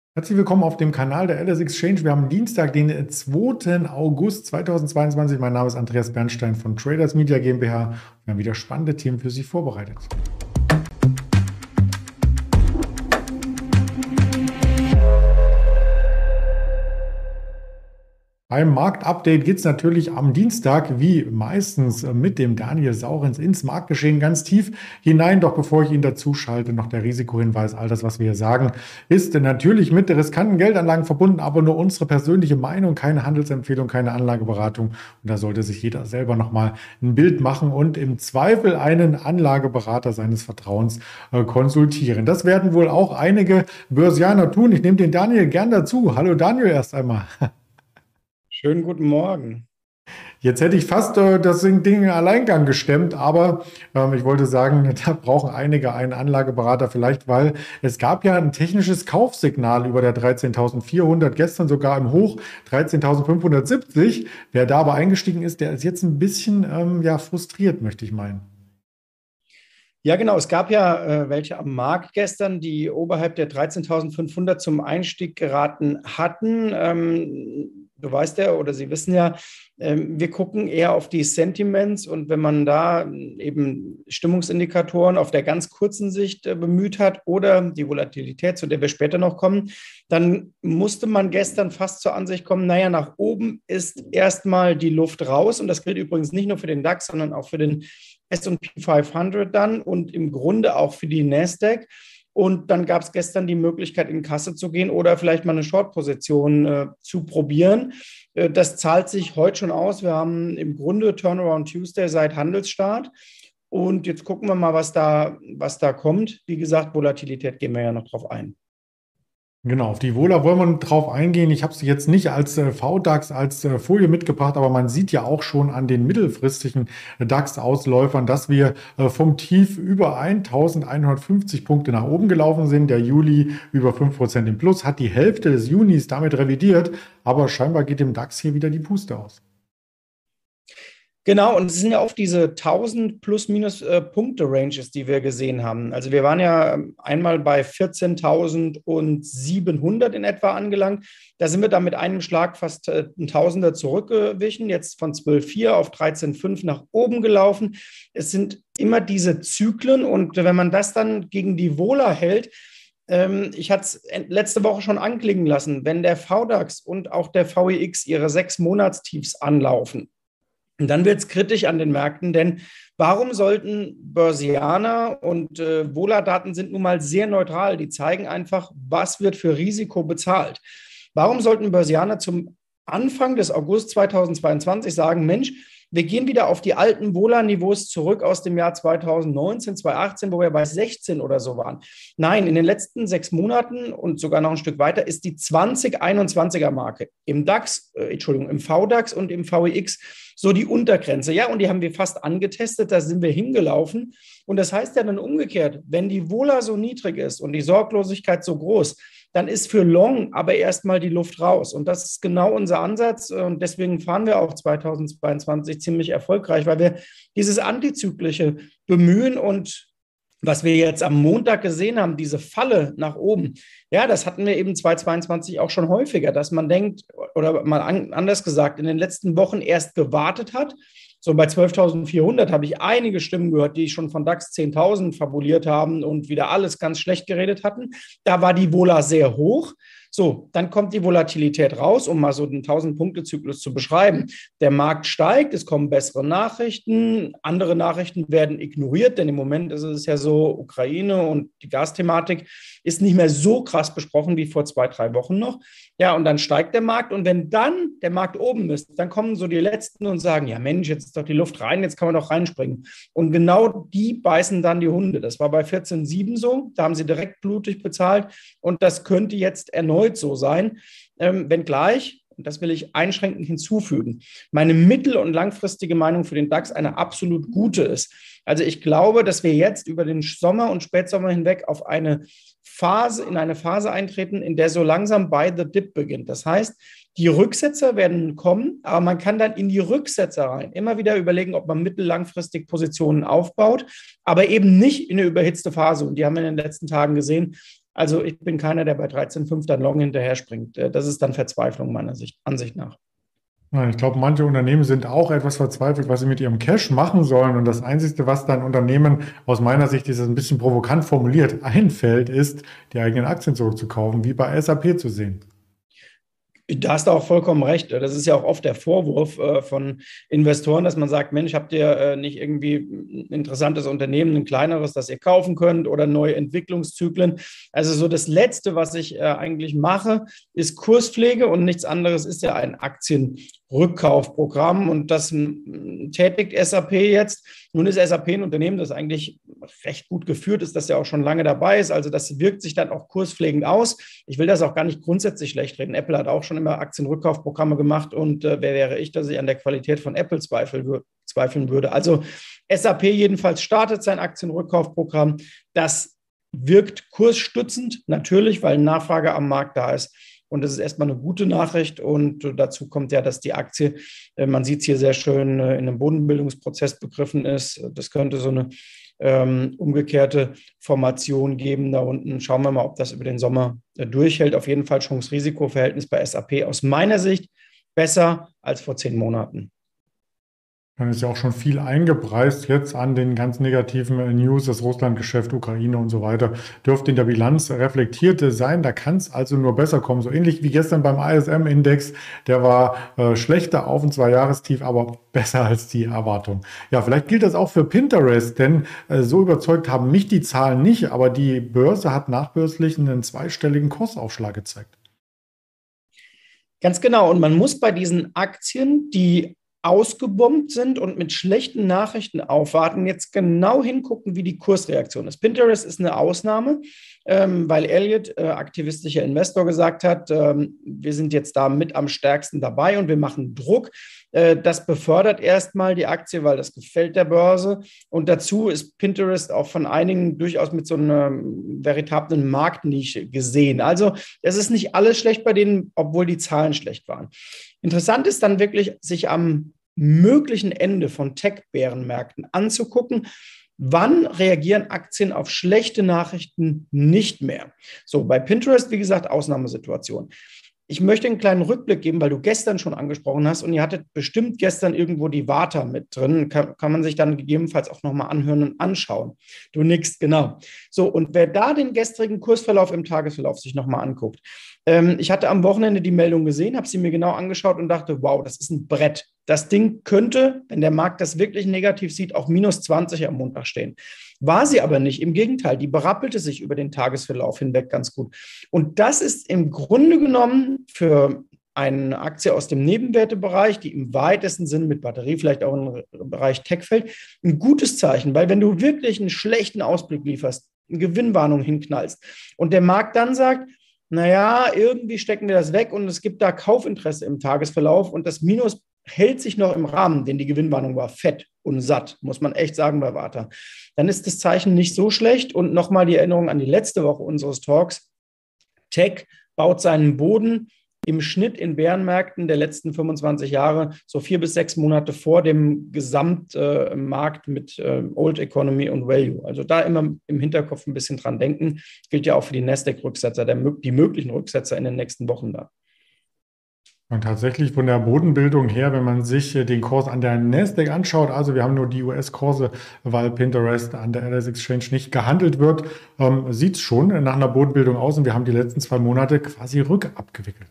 Herzlich willkommen auf dem Kanal der LS Exchange. Wir haben Dienstag, den 2. August 2022. Mein Name ist Andreas Bernstein von Traders Media GmbH. Wir haben wieder spannende Themen für Sie vorbereitet. Beim Marktupdate geht es natürlich am Dienstag, wie meistens, mit dem Daniel Saurens ins Marktgeschehen ganz tief hinein. Doch bevor ich ihn dazu schalte, noch der Risikohinweis. All das, was wir hier sagen, ist natürlich mit riskanten Geldanlagen verbunden, aber nur unsere persönliche Meinung, keine Handelsempfehlung, keine Anlageberatung. Und da sollte sich jeder selber nochmal ein Bild machen und im Zweifel einen Anlageberater seines Vertrauens konsultieren. Das werden wohl auch einige Börsianer tun. Ich nehme den Daniel gern dazu. Hallo Daniel erst einmal. Schönen guten Morgen. Jetzt hätte ich fast das Ding in Alleingang gestemmt, aber ich wollte sagen, da brauchen einige einen Anlageberater vielleicht, weil es gab ja ein technisches Kaufsignal über der 13.400, gestern sogar im Hoch 13.570. Wer da aber eingestiegen ist, der ist jetzt ein bisschen frustriert, möchte ich meinen. Ja, genau. Es gab ja welche am Markt gestern, die oberhalb der 13.500 zum Einstieg geraten hatten. Du weißt ja, oder Sie wissen ja, wir gucken eher auf die Sentiments, und wenn man da eben Stimmungsindikatoren auf der ganz kurzen Sicht bemüht hat oder die Volatilität, zu der wir später noch kommen, dann musste man gestern fast zur Ansicht kommen, naja, nach oben ist erstmal die Luft raus, und das gilt übrigens nicht nur für den DAX, sondern auch für den S&P 500 dann und im Grunde auch für die Nasdaq. Und dann gab es gestern die Möglichkeit, in Kasse zu gehen oder vielleicht mal eine Short-Position zu probieren. Das zahlt sich heute schon aus. Wir haben im Grunde Turnaround Tuesday seit Handelsstart. Und jetzt gucken wir mal, was da kommt. Wie gesagt, Volatilität gehen wir ja noch drauf ein. Genau, auf die Vola wollen wir drauf eingehen. Ich habe sie jetzt nicht als VDAX, als Folie mitgebracht, aber man sieht ja auch schon an den mittelfristigen DAX-Ausläufern, dass wir vom Tief über 1.150 Punkte nach oben gelaufen sind. Der Juli über 5% im Plus, hat die Hälfte des Junis damit revidiert, aber scheinbar geht dem DAX hier wieder die Puste aus. Genau, und es sind ja oft diese 1000 plus-minus Punkte-Ranges, die wir gesehen haben. Also wir waren ja einmal bei 14.700 in etwa angelangt. Da sind wir dann mit einem Schlag fast ein Tausender zurückgewichen, jetzt von 12,4 auf 13,5 nach oben gelaufen. Es sind immer diese Zyklen, und wenn man das dann gegen die Vola hält, ich hatte es letzte Woche schon anklingen lassen, wenn der VDAX und auch der VEX ihre 6-Monatstiefs anlaufen, und dann wird es kritisch an den Märkten, denn warum sollten Börsianer, und Vola-Daten sind nun mal sehr neutral, die zeigen einfach, was wird für Risiko bezahlt. Warum sollten Börsianer zum Anfang des August 2022 sagen, Mensch, wir gehen wieder auf die alten Vola-Niveaus zurück aus dem Jahr 2019, 2018, wo wir bei 16 oder so waren. Nein, in den letzten 6 Monaten und sogar noch ein Stück weiter ist die 2021er-Marke im DAX, im VDAX und im VEX so die Untergrenze. Ja, und die haben wir fast angetestet, da sind wir hingelaufen. Und das heißt ja dann umgekehrt, wenn die Vola so niedrig ist und die Sorglosigkeit so groß, dann ist für Long aber erstmal die Luft raus. Und das ist genau unser Ansatz. Und deswegen fahren wir auch 2022 ziemlich erfolgreich, weil wir dieses Antizyklische bemühen. Und was wir jetzt am Montag gesehen haben, diese Falle nach oben, ja, das hatten wir eben 2022 auch schon häufiger, dass man denkt, oder mal anders gesagt, in den letzten Wochen erst gewartet hat. So bei 12.400 habe ich einige Stimmen gehört, die schon von DAX 10.000 fabuliert haben und wieder alles ganz schlecht geredet hatten. Da war die Vola sehr hoch. So, dann kommt die Volatilität raus, um mal so den 1000-Punkte-Zyklus zu beschreiben. Der Markt steigt, es kommen bessere Nachrichten, andere Nachrichten werden ignoriert, denn im Moment ist es ja so, Ukraine und die Gasthematik ist nicht mehr so krass besprochen wie vor 2, 3 Wochen noch. Ja, und dann steigt der Markt, und wenn dann der Markt oben ist, dann kommen so die Letzten und sagen, ja Mensch, jetzt ist doch die Luft rein, jetzt kann man doch reinspringen. Und genau die beißen dann die Hunde. Das war bei 14,7 so, da haben sie direkt blutig bezahlt, und das könnte jetzt erneut so sein, wenngleich, und das will ich einschränkend hinzufügen, meine mittel- und langfristige Meinung für den DAX eine absolut gute ist. Also ich glaube, dass wir jetzt über den Sommer und Spätsommer hinweg in eine Phase eintreten, in der so langsam Buy the Dip beginnt. Das heißt, die Rücksetzer werden kommen, aber man kann dann in die Rücksetzer rein immer wieder überlegen, ob man mittellangfristig Positionen aufbaut, aber eben nicht in eine überhitzte Phase. Und die haben wir in den letzten Tagen gesehen. Also ich bin keiner, der bei 13,5 dann long hinterher springt. Das ist dann Verzweiflung meiner Ansicht nach. Ja, ich glaube, manche Unternehmen sind auch etwas verzweifelt, was sie mit ihrem Cash machen sollen. Und das Einzige, was dann Unternehmen aus meiner Sicht, ist das ein bisschen provokant formuliert, einfällt, ist, die eigenen Aktien zurückzukaufen, wie bei SAP zu sehen. Da hast du auch vollkommen recht. Das ist ja auch oft der Vorwurf von Investoren, dass man sagt, Mensch, habt ihr nicht irgendwie ein interessantes Unternehmen, ein kleineres, das ihr kaufen könnt oder neue Entwicklungszyklen. Also so das Letzte, was ich eigentlich mache, ist Kurspflege und nichts anderes ist ja ein Aktienrückkaufprogramm und das tätigt SAP jetzt. Nun ist SAP ein Unternehmen, das eigentlich recht gut geführt ist, das ja auch schon lange dabei ist. Also das wirkt sich dann auch kurspflegend aus. Ich will das auch gar nicht grundsätzlich schlecht reden. Apple hat auch schon immer Aktienrückkaufprogramme gemacht und wer wäre ich, dass ich an der Qualität von Apple zweifeln würde. Also SAP jedenfalls startet sein Aktienrückkaufprogramm. Das wirkt kursstützend, natürlich, weil Nachfrage am Markt da ist. Und das ist erstmal eine gute Nachricht. Und dazu kommt ja, dass die Aktie, man sieht es hier sehr schön, in einem Bodenbildungsprozess begriffen ist. Das könnte so eine umgekehrte Formation geben. Da unten schauen wir mal, ob das über den Sommer durchhält. Auf jeden Fall Chance-Risiko-Verhältnis bei SAP aus meiner Sicht besser als vor 10 Monaten. Dann ist ja auch schon viel eingepreist jetzt an den ganz negativen News, das Russland-Geschäft, Ukraine und so weiter, dürfte in der Bilanz reflektiert sein. Da kann es also nur besser kommen. So ähnlich wie gestern beim ISM-Index, der war schlechter auf ein 2-Jahrestief, aber besser als die Erwartung. Ja, vielleicht gilt das auch für Pinterest, denn so überzeugt haben mich die Zahlen nicht, aber die Börse hat nachbörslich einen zweistelligen Kursaufschlag gezeigt. Ganz genau. Und man muss bei diesen Aktien, die ausgebombt sind und mit schlechten Nachrichten aufwarten, jetzt genau hingucken, wie die Kursreaktion ist. Pinterest ist eine Ausnahme, weil Elliott, aktivistischer Investor, gesagt hat, wir sind jetzt da mit am stärksten dabei und wir machen Druck. Das befördert erstmal die Aktie, weil das gefällt der Börse. Und dazu ist Pinterest auch von einigen durchaus mit so einer veritablen Marktnische gesehen. Also es ist nicht alles schlecht bei denen, obwohl die Zahlen schlecht waren. Interessant ist dann wirklich, sich am möglichen Ende von Tech-Bärenmärkten anzugucken, wann reagieren Aktien auf schlechte Nachrichten nicht mehr. So, bei Pinterest, wie gesagt, Ausnahmesituation. Ich möchte einen kleinen Rückblick geben, weil du gestern schon angesprochen hast und ihr hattet bestimmt gestern irgendwo die Warta mit drin. Kann man sich dann gegebenenfalls auch nochmal anhören und anschauen. Du nickst, genau. So, und wer da den gestrigen Kursverlauf im Tagesverlauf sich nochmal anguckt. Ich hatte am Wochenende die Meldung gesehen, habe sie mir genau angeschaut und dachte, wow, das ist ein Brett. Das Ding könnte, wenn der Markt das wirklich negativ sieht, auch minus 20 am Montag stehen. War sie aber nicht. Im Gegenteil, die berappelte sich über den Tagesverlauf hinweg ganz gut. Und das ist im Grunde genommen für eine Aktie aus dem Nebenwertebereich, die im weitesten Sinn mit Batterie vielleicht auch im Bereich Tech fällt, ein gutes Zeichen. Weil wenn du wirklich einen schlechten Ausblick lieferst, eine Gewinnwarnung hinknallst und der Markt dann sagt, naja, irgendwie stecken wir das weg und es gibt da Kaufinteresse im Tagesverlauf und das Minus hält sich noch im Rahmen, denn die Gewinnwarnung war fett und satt, muss man echt sagen bei Warta. Dann ist das Zeichen nicht so schlecht. Und nochmal die Erinnerung an die letzte Woche unseres Talks. Tech baut seinen Boden im Schnitt in Bärenmärkten der letzten 25 Jahre so 4 bis 6 Monate vor dem Gesamtmarkt mit Old Economy und Value. Also da immer im Hinterkopf ein bisschen dran denken. Gilt ja auch für die Nasdaq-Rücksetzer, die möglichen Rücksetzer in den nächsten Wochen da. Und tatsächlich von der Bodenbildung her, wenn man sich den Kurs an der Nasdaq anschaut, also wir haben nur die US-Kurse, weil Pinterest an der LS Exchange nicht gehandelt wird, sieht es schon nach einer Bodenbildung aus und wir haben die letzten 2 Monate quasi rückabgewickelt.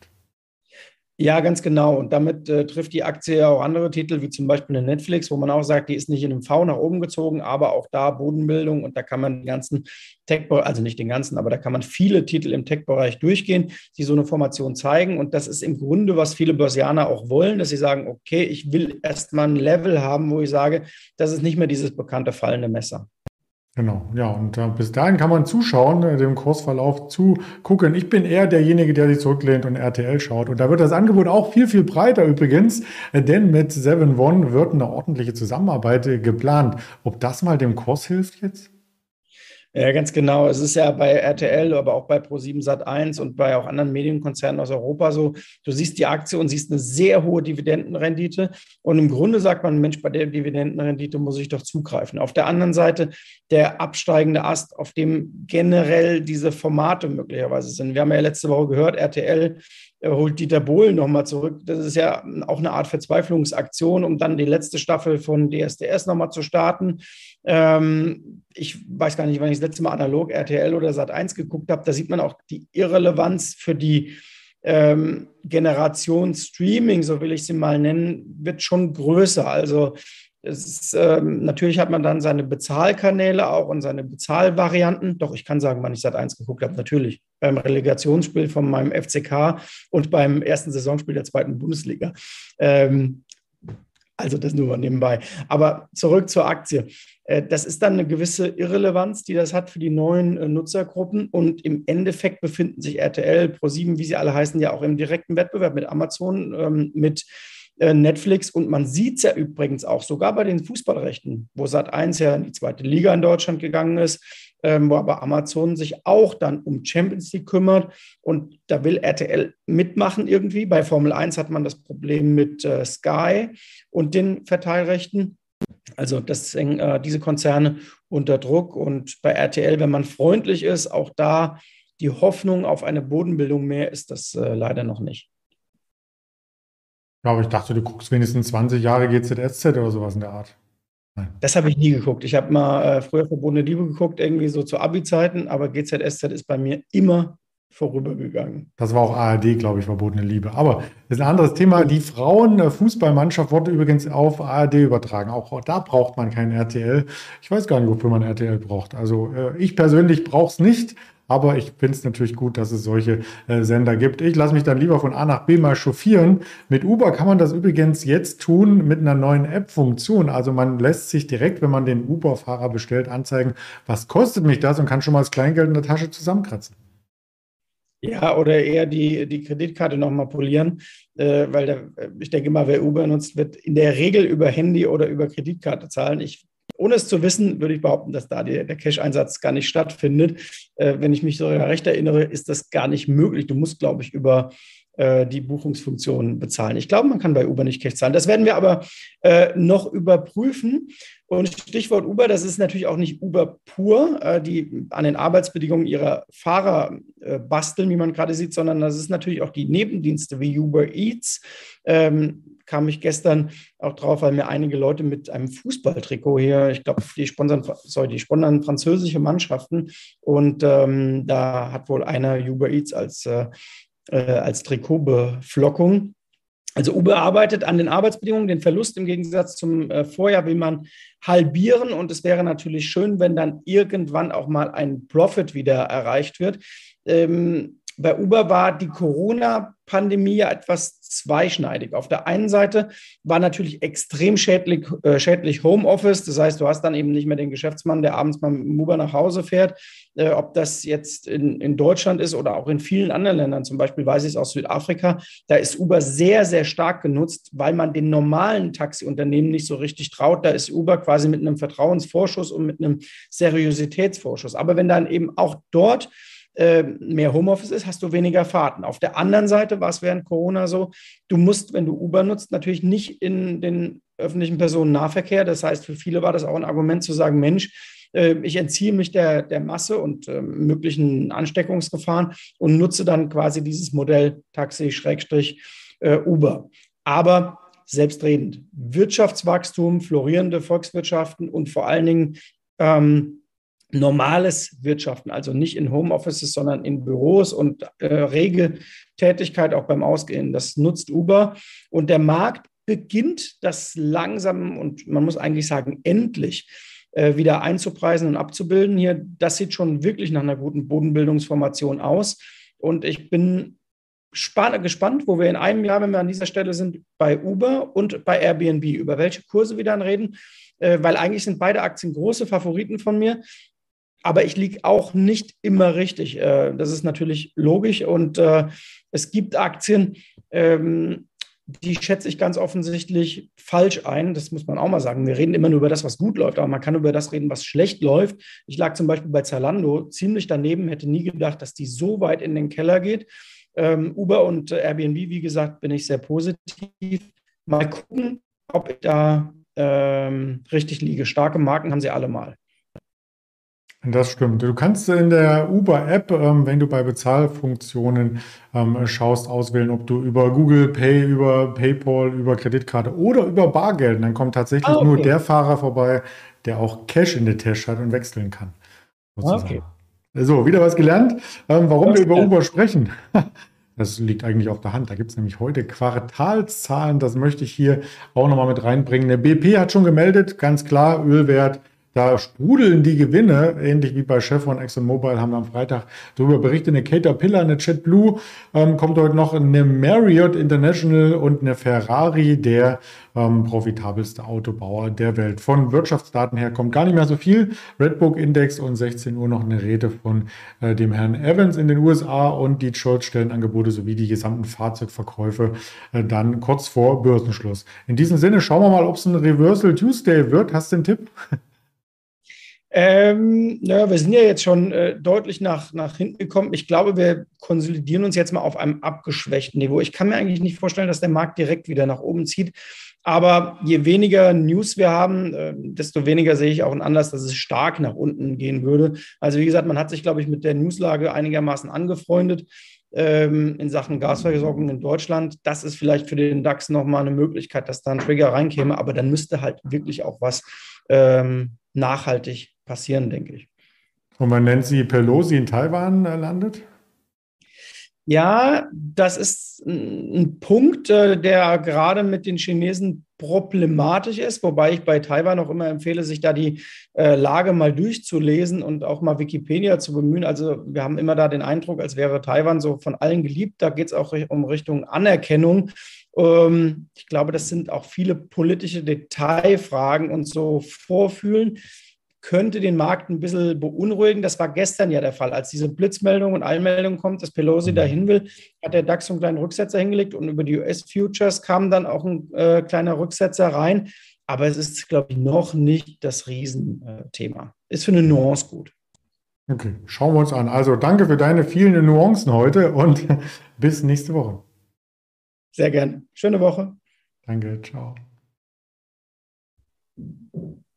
Ja, ganz genau. Und damit trifft die Aktie ja auch andere Titel, wie zum Beispiel eine Netflix, wo man auch sagt, die ist nicht in einem V nach oben gezogen, aber auch da Bodenbildung. Und da kann man den ganzen Tech-Bereich, also nicht den ganzen, aber da kann man viele Titel im Tech-Bereich durchgehen, die so eine Formation zeigen. Und das ist im Grunde, was viele Börsianer auch wollen, dass sie sagen, okay, ich will erstmal ein Level haben, wo ich sage, das ist nicht mehr dieses bekannte fallende Messer. Genau, ja, und bis dahin kann man zuschauen, dem Kursverlauf zugucken. Ich bin eher derjenige, der sich zurücklehnt und RTL schaut. Und da wird das Angebot auch viel, viel breiter übrigens, denn mit 7-One wird eine ordentliche Zusammenarbeit geplant. Ob das mal dem Kurs hilft jetzt? Ja, ganz genau. Es ist ja bei RTL, aber auch bei ProSieben Sat.1 und bei auch anderen Medienkonzernen aus Europa so, du siehst die Aktie und siehst eine sehr hohe Dividendenrendite. Und im Grunde sagt man, Mensch, bei der Dividendenrendite muss ich doch zugreifen. Auf der anderen Seite der absteigende Ast, auf dem generell diese Formate möglicherweise sind. Wir haben ja letzte Woche gehört, RTL holt Dieter Bohlen nochmal zurück. Das ist ja auch eine Art Verzweiflungsaktion, um dann die letzte Staffel von DSDS nochmal zu starten. Ich weiß gar nicht, wann ich das letzte Mal analog RTL oder Sat.1 geguckt habe. Da sieht man auch die Irrelevanz für die Generation Streaming, so will ich sie mal nennen, wird schon größer. Also natürlich hat man dann seine Bezahlkanäle auch und seine Bezahlvarianten. Doch, ich kann sagen, wann ich Sat.1 geguckt habe. Natürlich beim Relegationsspiel von meinem FCK und beim ersten Saisonspiel der zweiten Bundesliga. Also das nur mal nebenbei. Aber zurück zur Aktie. Das ist dann eine gewisse Irrelevanz, die das hat für die neuen Nutzergruppen. Und im Endeffekt befinden sich RTL, ProSieben, wie sie alle heißen, ja auch im direkten Wettbewerb mit Amazon, mit Netflix. Und man sieht es ja übrigens auch sogar bei den Fußballrechten, wo Sat.1 ja in die zweite Liga in Deutschland gegangen ist, wo aber Amazon sich auch dann um Champions League kümmert. Und da will RTL mitmachen irgendwie. Bei Formel 1 hat man das Problem mit Sky und den Verteilrechten. Also das hängen diese Konzerne unter Druck. Und bei RTL, wenn man freundlich ist, auch da die Hoffnung auf eine Bodenbildung mehr ist das leider noch nicht. Ja, aber ich dachte, du guckst wenigstens 20 Jahre GZSZ oder sowas in der Art. Nein. Das habe ich nie geguckt. Ich habe mal früher Verbotene Liebe geguckt, irgendwie so zu Abi-Zeiten, aber GZSZ ist bei mir immer vorübergegangen. Das war auch ARD, glaube ich, verbotene Liebe. Aber das ist ein anderes Thema. Die Frauenfußballmannschaft wurde übrigens auf ARD übertragen. Auch da braucht man kein RTL. Ich weiß gar nicht, wofür man RTL braucht. Also ich persönlich brauche es nicht. Aber ich finde es natürlich gut, dass es solche Sender gibt. Ich lasse mich dann lieber von A nach B mal chauffieren. Mit Uber kann man das übrigens jetzt tun mit einer neuen App-Funktion. Also man lässt sich direkt, wenn man den Uber-Fahrer bestellt, anzeigen, was kostet mich das und kann schon mal das Kleingeld in der Tasche zusammenkratzen. Ja, oder eher die Kreditkarte nochmal polieren, weil ich denke mal, wer Uber nutzt, wird in der Regel über Handy oder über Kreditkarte zahlen. Ohne es zu wissen, würde ich behaupten, dass da der Cash-Einsatz gar nicht stattfindet. Wenn ich mich so recht erinnere, ist das gar nicht möglich. Du musst, glaube ich, über die Buchungsfunktion bezahlen. Ich glaube, man kann bei Uber nicht Cash zahlen. Das werden wir aber noch überprüfen. Und Stichwort Uber, das ist natürlich auch nicht Uber pur, die an den Arbeitsbedingungen ihrer Fahrer basteln, wie man gerade sieht, sondern das ist natürlich auch die Nebendienste wie Uber Eats. Kam ich gestern auch drauf, weil mir einige Leute mit einem Fußballtrikot hier, ich glaube, die sponsern französische Mannschaften und da hat wohl einer Uber Eats als Trikotbeflockung. Also Uber arbeitet an den Arbeitsbedingungen, den Verlust im Gegensatz zum Vorjahr will man halbieren und es wäre natürlich schön, wenn dann irgendwann auch mal ein Profit wieder erreicht wird. Bei Uber war die Corona-Pandemie ja etwas zweischneidig. Auf der einen Seite war natürlich extrem schädlich Homeoffice. Das heißt, du hast dann eben nicht mehr den Geschäftsmann, der abends mal mit dem Uber nach Hause fährt. Ob das jetzt in Deutschland ist oder auch in vielen anderen Ländern, zum Beispiel weiß ich es aus Südafrika, da ist Uber sehr, sehr stark genutzt, weil man den normalen Taxiunternehmen nicht so richtig traut. Da ist Uber quasi mit einem Vertrauensvorschuss und mit einem Seriositätsvorschuss. Aber wenn dann eben auch dort mehr Homeoffice ist, hast du weniger Fahrten. Auf der anderen Seite war es während Corona so, du musst, wenn du Uber nutzt, natürlich nicht in den öffentlichen Personennahverkehr. Das heißt, für viele war das auch ein Argument zu sagen, Mensch, ich entziehe mich der Masse und möglichen Ansteckungsgefahren und nutze dann quasi dieses Modell Taxi-Uber. Aber selbstredend. Wirtschaftswachstum, florierende Volkswirtschaften und vor allen Dingen normales Wirtschaften, also nicht in Homeoffices, sondern in Büros und rege Tätigkeit auch beim Ausgehen. Das nutzt Uber und der Markt beginnt das langsam und man muss eigentlich sagen, endlich wieder einzupreisen und abzubilden. Hier, das sieht schon wirklich nach einer guten Bodenbildungsformation aus. Und ich bin gespannt, wo wir in einem Jahr, wenn wir an dieser Stelle sind, bei Uber und bei Airbnb, über welche Kurse wir dann reden, weil eigentlich sind beide Aktien große Favoriten von mir. Aber ich liege auch nicht immer richtig. Das ist natürlich logisch. Und es gibt Aktien, die schätze ich ganz offensichtlich falsch ein. Das muss man auch mal sagen. Wir reden immer nur über das, was gut läuft, aber man kann über das reden, was schlecht läuft. Ich lag zum Beispiel bei Zalando ziemlich daneben, hätte nie gedacht, dass die so weit in den Keller geht. Uber und Airbnb, wie gesagt, bin ich sehr positiv. Mal gucken, ob ich da richtig liege. Starke Marken haben sie alle mal. Das stimmt. Du kannst in der Uber-App, wenn du bei Bezahlfunktionen schaust, auswählen, ob du über Google Pay, über PayPal, über Kreditkarte oder über Bargeld, dann kommt tatsächlich nur Okay. der Fahrer vorbei, der auch Cash in der Tasche hat und wechseln kann, sozusagen. Okay. So, wieder was gelernt. Warum wir Das, über Uber sprechen? Das liegt eigentlich auf der Hand. Da gibt es nämlich heute Quartalszahlen. Das möchte ich hier auch nochmal mit reinbringen. Der BP hat schon gemeldet, ganz klar, Ölwert. Da sprudeln die Gewinne, ähnlich wie bei Chevron, ExxonMobil haben wir am Freitag darüber berichtet. Eine Caterpillar, eine JetBlue, kommt heute noch eine Marriott International und eine Ferrari, der profitabelste Autobauer der Welt. Von Wirtschaftsdaten her kommt gar nicht mehr so viel. Redbook Index und 16 Uhr noch eine Rede von dem Herrn Evans in den USA und die Scholz-Stellenangebote sowie die gesamten Fahrzeugverkäufe dann kurz vor Börsenschluss. In diesem Sinne schauen wir mal, ob es ein Reversal Tuesday wird. Hast du einen Tipp? Wir sind ja jetzt schon deutlich nach hinten gekommen. Ich glaube, wir konsolidieren uns jetzt mal auf einem abgeschwächten Niveau. Ich kann mir eigentlich nicht vorstellen, dass der Markt direkt wieder nach oben zieht. Aber je weniger News wir haben, desto weniger sehe ich auch einen Anlass, dass es stark nach unten gehen würde. Also wie gesagt, man hat sich, glaube ich, mit der Newslage einigermaßen angefreundet in Sachen Gasversorgung in Deutschland. Das ist vielleicht für den DAX nochmal eine Möglichkeit, dass da ein Trigger reinkäme. Aber dann müsste halt wirklich auch was nachhaltig passieren, denke ich. Und man nennt sie Pelosi in Taiwan landet? Ja, das ist ein Punkt, der gerade mit den Chinesen problematisch ist, wobei ich bei Taiwan auch immer empfehle, sich da die Lage mal durchzulesen und auch mal Wikipedia zu bemühen. Also wir haben immer da den Eindruck, als wäre Taiwan so von allen geliebt. Da geht es auch um Richtung Anerkennung. Ich glaube, das sind auch viele politische Detailfragen und so Vorfühlen könnte den Markt ein bisschen beunruhigen. Das war gestern ja der Fall. Als diese Blitzmeldung und Eilmeldung kommt, dass Pelosi dahin will, hat der DAX so einen kleinen Rücksetzer hingelegt und über die US-Futures kam dann auch ein kleiner Rücksetzer rein. Aber es ist, glaube ich, noch nicht das Riesenthema. Ist für eine Nuance gut. Okay, schauen wir uns an. Also danke für deine vielen Nuancen heute und bis nächste Woche. Sehr gerne. Schöne Woche. Danke, ciao.